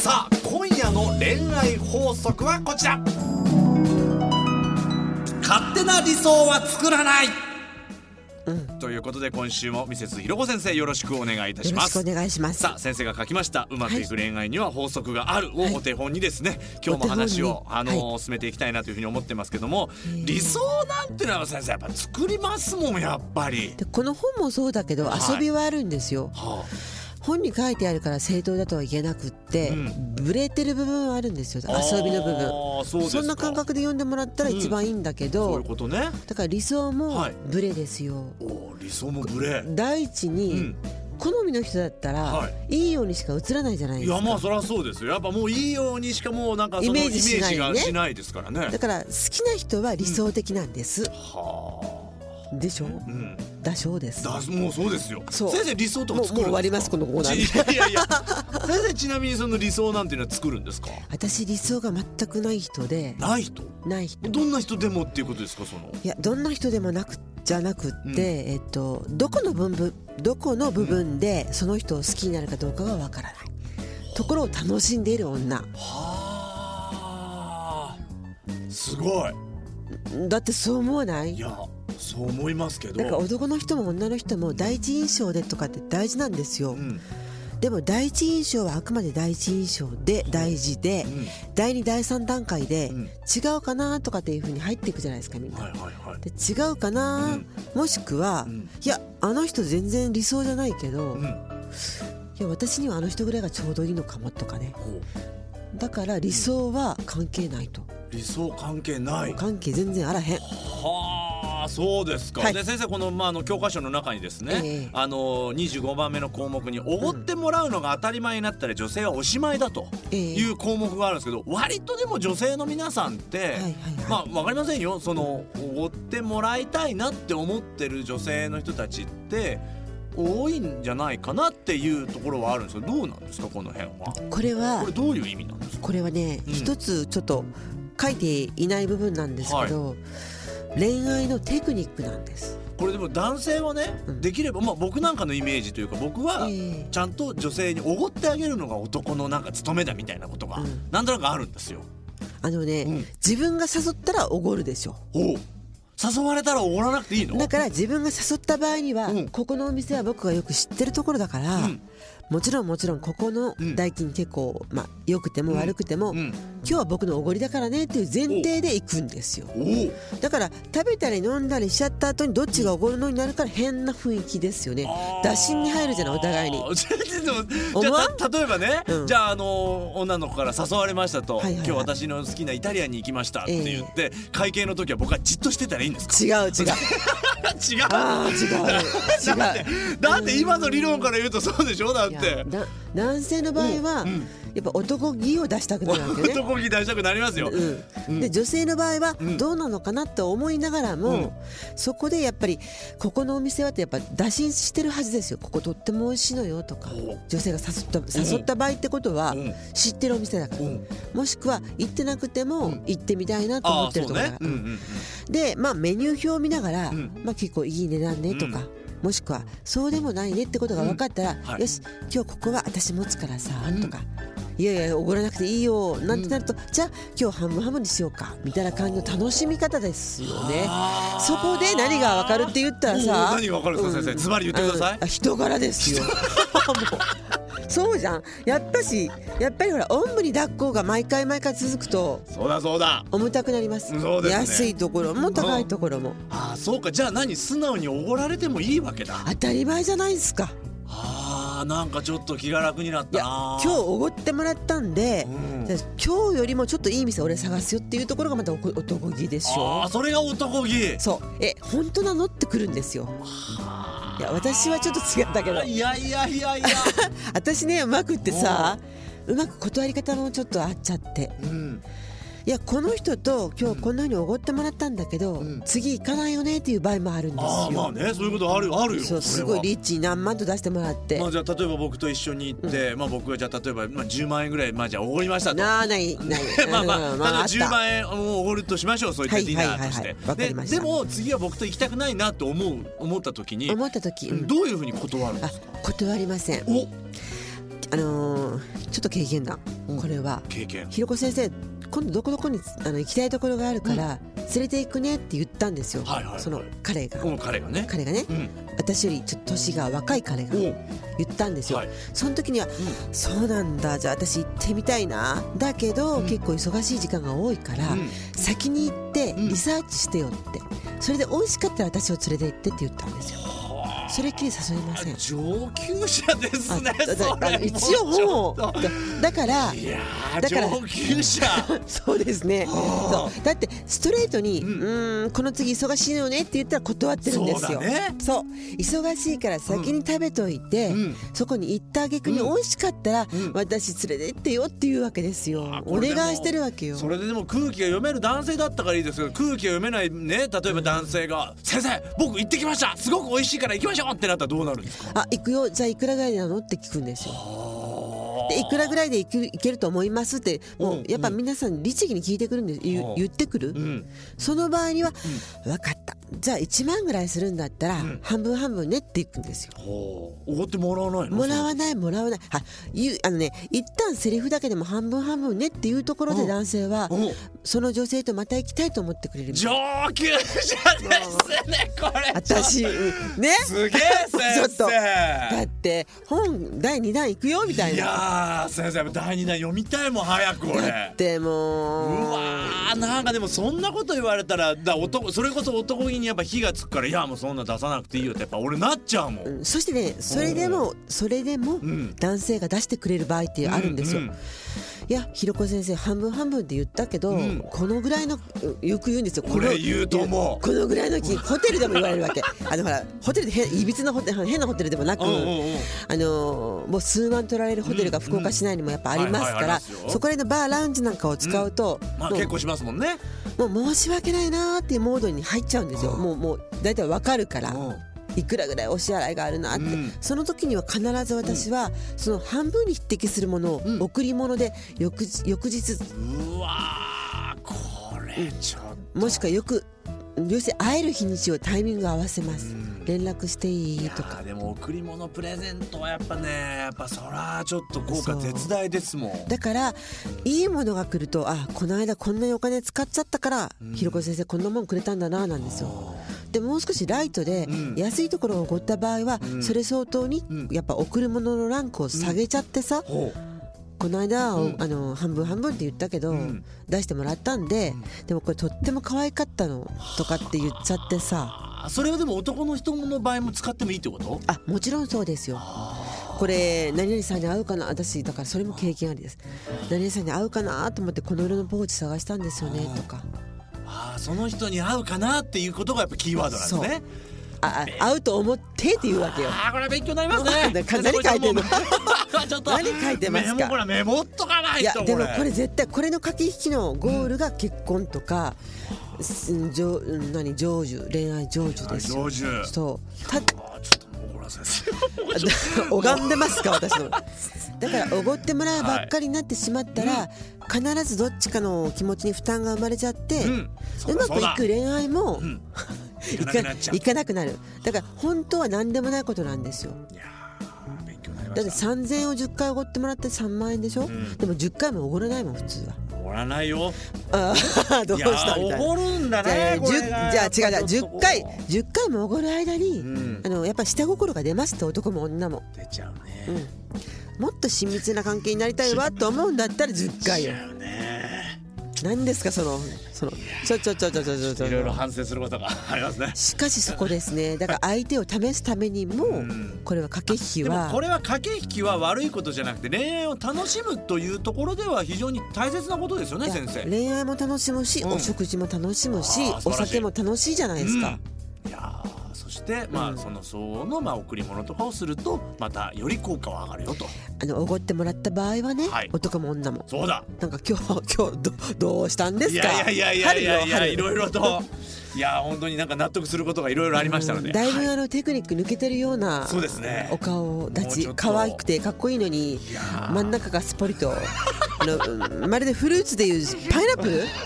さあ今夜の恋愛法則はこちら。勝手な理想は作らない、ということで今週もミセスひろこ先生よろしくお願いいたします。 よろしくお願いします。 さあ先生が書きましたうまくいく恋愛には法則があるをお手本にですね、今日も話を進めていきたいなというふうに思ってますけども、理想なんてのは先生やっぱ作りますもんやっぱり。 でこの本もそうだけど、遊びはあるんですよ、本に書いてあるから正当だとは言えなくって、ブレてる部分はあるんですよ、遊びの部分。 そんな感覚で読んでもらったら一番いいんだけど、 そういうことね。 だから理想もブレですよ、 理想もブレ。 第一に、好みの人だったら、いいようにしか映らないじゃないですか。 いやまあそりゃそうですよ。やっぱもういいようにしかもうなんかそのイメージがしないですからね。 だから好きな人は理想的なんです、でしょ、だしょうです。 もうそうですよ。先生理想とか作るんですか？もう終わりますこのコーナー。 いや先生ちなみにその理想なんていうのは作るんですか？ 私理想が全くない人で。ない人どんな人でもっていうことですか？ いやどんな人でもじゃなくって、どこの部分でその人を好きになるかどうかがわからないところを楽しんでいる女。はあ、すごい。 だってそう思わない？ いやそう思いますけど、 なんか男の人も女の人も第一印象でとかって大事なんですよ、でも第一印象はあくまで第一印象で大事で、第2第3段階で違うかなとかっていう風に入っていくじゃないですかみんな、で違うかな、もしくは、いやあの人全然理想じゃないけど、いや私にはあの人ぐらいがちょうどいいのかもとかね。だから理想は関係ないと。 理想関係ない。 関係全然あらへん。 はあ、そうですか。で先生この、教科書の中にですね、25番目の項目におごってもらうのが当たり前になったら女性はおしまいだという項目があるんですけど、割とでも女性の皆さんって、まあ分かりませんよ、そのおごってもらいたいなって思ってる女性の人たちって多いんじゃないかなっていうところはあるんですけど、どうなんですかこの辺は。これどういう意味なんですか？ これはね、一つちょっと書いていない部分なんですけど、恋愛のテクニックなんです。 これでも男性はね、できれば、僕なんかのイメージというか、僕はちゃんと女性におごってあげるのが男のなんか務めだみたいなことがなんとなくあるんですよ。 自分が誘ったらおごるでしょ。 誘われたらおごらなくていいの？ だから自分が誘った場合には、ここのお店は僕がよく知ってるところだから、もちろんここの代金結構、良くても悪くても、今日は僕のおごりだからねっていう前提で行くんですよ。だから食べたり飲んだりしちゃった後にどっちがおごるのになるから変な雰囲気ですよね。打診に入るじゃないお互いに。 じゃあ例えばね、じゃあ女の子から誘われましたと、今日私の好きなイタリアンに行きましたって言って、会計の時は僕はじっとしてたらいいんですか？ 違う違うだって今の理論から言うとそうでしょ。だって男性の場合は、やっぱ男気を出したくなるわけね。 男気出したくなりますよ、 で女性の場合はどうなのかなって思いながらも、そこでやっぱりここのお店はってやっぱ打診してるはずですよ。こことっても美味しいのよとか、女性が誘った場合ってことは知ってるお店だから、もしくは行ってなくても行ってみたいなと思ってるところだから、でメニュー表を見ながら、結構いい値段ねとか、もしくはそうでもないねってことが分かったら、よし今日ここは私持つからさ、とか、いやいやおごらなくていいよなんてなると、じゃあ今日ハムハムにしようかみたいな感じの楽しみ方ですよね。そこで何が分かるって言ったらさ、 何が分かるんですか先生、ズバリ言ってください。 人柄ですよ。そうじゃん。やっぱりほらおんぶに抱っこが毎回続くと、 そうだ重たくなります。 そうですね、 安いところも高いところも。 そうか。じゃあ素直におごられてもいいわけだ。 当たり前じゃないですか。 なんかちょっと気が楽になったな。 今日おごってもらったんで、今日よりもちょっといい店俺探すよっていうところがまた男気でしょ。 それが男気。 そう本当なのってくるんですよ。いや私はちょっと違ったけど、 いや私ねうまくってさ、うまく断り方もちょっとあっちゃって、いやこの人と今日こんな風におごってもらったんだけど、次行かないよねっていう場合もあるんですよ。 そういうことあるよ。 そうすごいリッチに何万と出してもらって、 じゃあ例えば僕と一緒に行って、僕がじゃあ例えば10万円ぐらいじゃあおごりましたと。 ない例えば10万円おごるとしましょう。そういったディナーとして。でも次は僕と行きたくないなと思った時にどういうふうに断るんですか？ 断りません。ちょっと経験談、これは経験。 ひろこ先生今度どこどこに行きたいところがあるから連れて行くねって言ったんですよ、その彼がね、私よりちょっと年が若い彼が言ったんですよ、その時には、そうなんだ、じゃあ私行ってみたいな、だけど、結構忙しい時間が多いから、先に行ってリサーチしてよって、それで美味しかったら私を連れて行ってって言ったんですよ。それっきり誘いません。 上級者ですね。 一応もうだから上級者そうですね。そうだってストレートに、この次忙しいのねって言ったら断ってるんですよ。そう、忙しいから先に食べといて、そこに行った挙句に美味しかったら、私連れてってよっていうわけですよ。お願いしてるわけよ。 それででも空気が読める男性だったからいいですけど、空気が読めないね、例えば男性が、先生僕行ってきました、すごく美味しいから行きましょうってなったらどうなるんですか？ 行くよ、じゃあいくらぐらいなのって聞くんですよ。でいくらぐらいでいけると思いますって、もうやっぱ皆さん律儀に聞いてくるんです、言ってくる、その場合には、分かった、じゃあ1万ぐらいするんだったら、半分半分ねっていくんですよ。 おごってもらわないの？ もらわない。一旦セリフだけでも半分半分ねっていうところで、男性はその女性とまた行きたいと思ってくれる。 上級者ですね、これ。 私ね、 すげえ先生だって本第2弾行くよみたいな。 いや先生第2弾読みたいもん、早く俺。 だってもう、 うわー、なんかでもそんなこと言われたらそれこそ男気にやっぱ火がつくから、いやもうそんな出さなくていいよってやっぱ俺なっちゃうもん。 そしてね、それでも男性が出してくれる場合ってあるんですよ。いやひろこ先生半分半分って言ったけど、このぐらいの、よく言うんですよ。 これ言うと思う。 このぐらいの金、ホテルでも言われるわけ。ほらホテルでいびつな変なホテルでもなく、もう数万取られるホテルが福岡市内にもやっぱありますから、そこらのバーラウンジなんかを使うと、 結構しますもんね。 もう申し訳ないなーっていうモードに入っちゃうんですよ。もう大体わかるから。いくらぐらいお支払いがあるなって、その時には必ず私は、その半分に匹敵するものを贈り物で翌日、 うわー、これちょっと、 もしくは要するに会える日にちをタイミング合わせます、連絡していいとか。 でも贈り物プレゼントはやっぱそらちょっと効果絶大ですもん。 だからいいものが来ると、この間こんなにお金使っちゃったから、ひろこ先生こんなもんくれたんだな、なんですよ。でもう少しライトで安いところをおごった場合は、それ相当にやっぱ贈る物のランクを下げちゃってさ、この間、半分半分って言ったけど、出してもらったんで、でもこれとっても可愛かったのとかって言っちゃってさ。 それはでも男の人の場合も使ってもいいってこと？ もちろんそうですよ。これ何々さんに合うかな、私だからそれも経験ありです。何々さんに合うかなと思ってこの色のポーチ探したんですよねとか。 その人に合うかなっていうことがやっぱキーワードなんですね。 合うと思ってっていうわけよ。 これは勉強になりますね。 何書いてんの？何書いてますか？ メモっとかないと。 でもこれ絶対これの駆け引きのゴールが結婚とか、成就、恋愛成就ですよ。そう。ちょっともう怒らせ拝んでますか私の。だからおごってもらうばっかりになってしまったら、必ずどっちかの気持ちに負担が生まれちゃって、うまくいく恋愛もいかなくなる。だから本当は何でもないことなんですよ。だって3000円を10回おごってもらって3万円でしょ、でも10回もおごらないもん普通は。 おごらないよ。 どうしたみたいな。 おごるんだね。 じゃあ違う、10回もおごる間に、やっぱ下心が出ますって、男も女も出ちゃうね。 もっと親密な関係になりたいわと思うんだったら10回よ。何ですかそのいろいろ反省することがありますね。 しかしそこですね。だから相手を試すためにも、これは駆け引きは、 でもこれは駆け引きは悪いことじゃなくて、恋愛を楽しむというところでは非常に大切なことですよね、先生。 恋愛も楽しむし、お食事も楽しむし、お酒も楽しいじゃないですか。 いやそしてその相応の贈り物とかをするとまたより効果は上がるよと。 おごってもらった場合はね、男も女も。 そうだ。 なんか今日どうしたんですか？ いやいろいろと。いや本当になんか納得することがいろいろありましたので、 だいぶテクニック抜けてるような、 そうですね、 お顔立ち可愛くてかっこいいのに、真ん中がすっぽりとまるでフルーツでいうパイナップル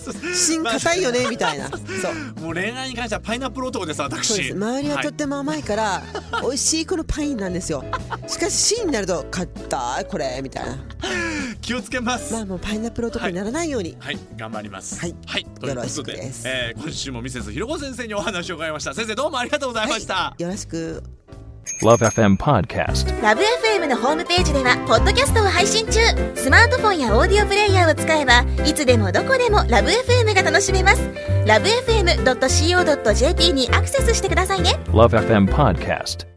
芯硬いよねみたいな。そうもう恋愛に関してはパイナップル男です私。 そうです。周りはとっても甘いから、美味しいこのパインなんですよ。しかし芯になると硬いこれみたいな。 気をつけます。 まあもうパイナップル男にならないように、 はい、頑張ります。 はい、よろしくです。 今週もミセスひろこ先生にお話を伺いました。先生どうもありがとうございました。 よろしく。 LoveFM Podcast。 LoveFM のホームページではポッドキャストを配信中。スマートフォンやオーディオプレイヤーを使えばいつでもどこでも LoveFM が楽しめます。LoveFM.co.jp にアクセスしてくださいね。 LoveFM Podcast。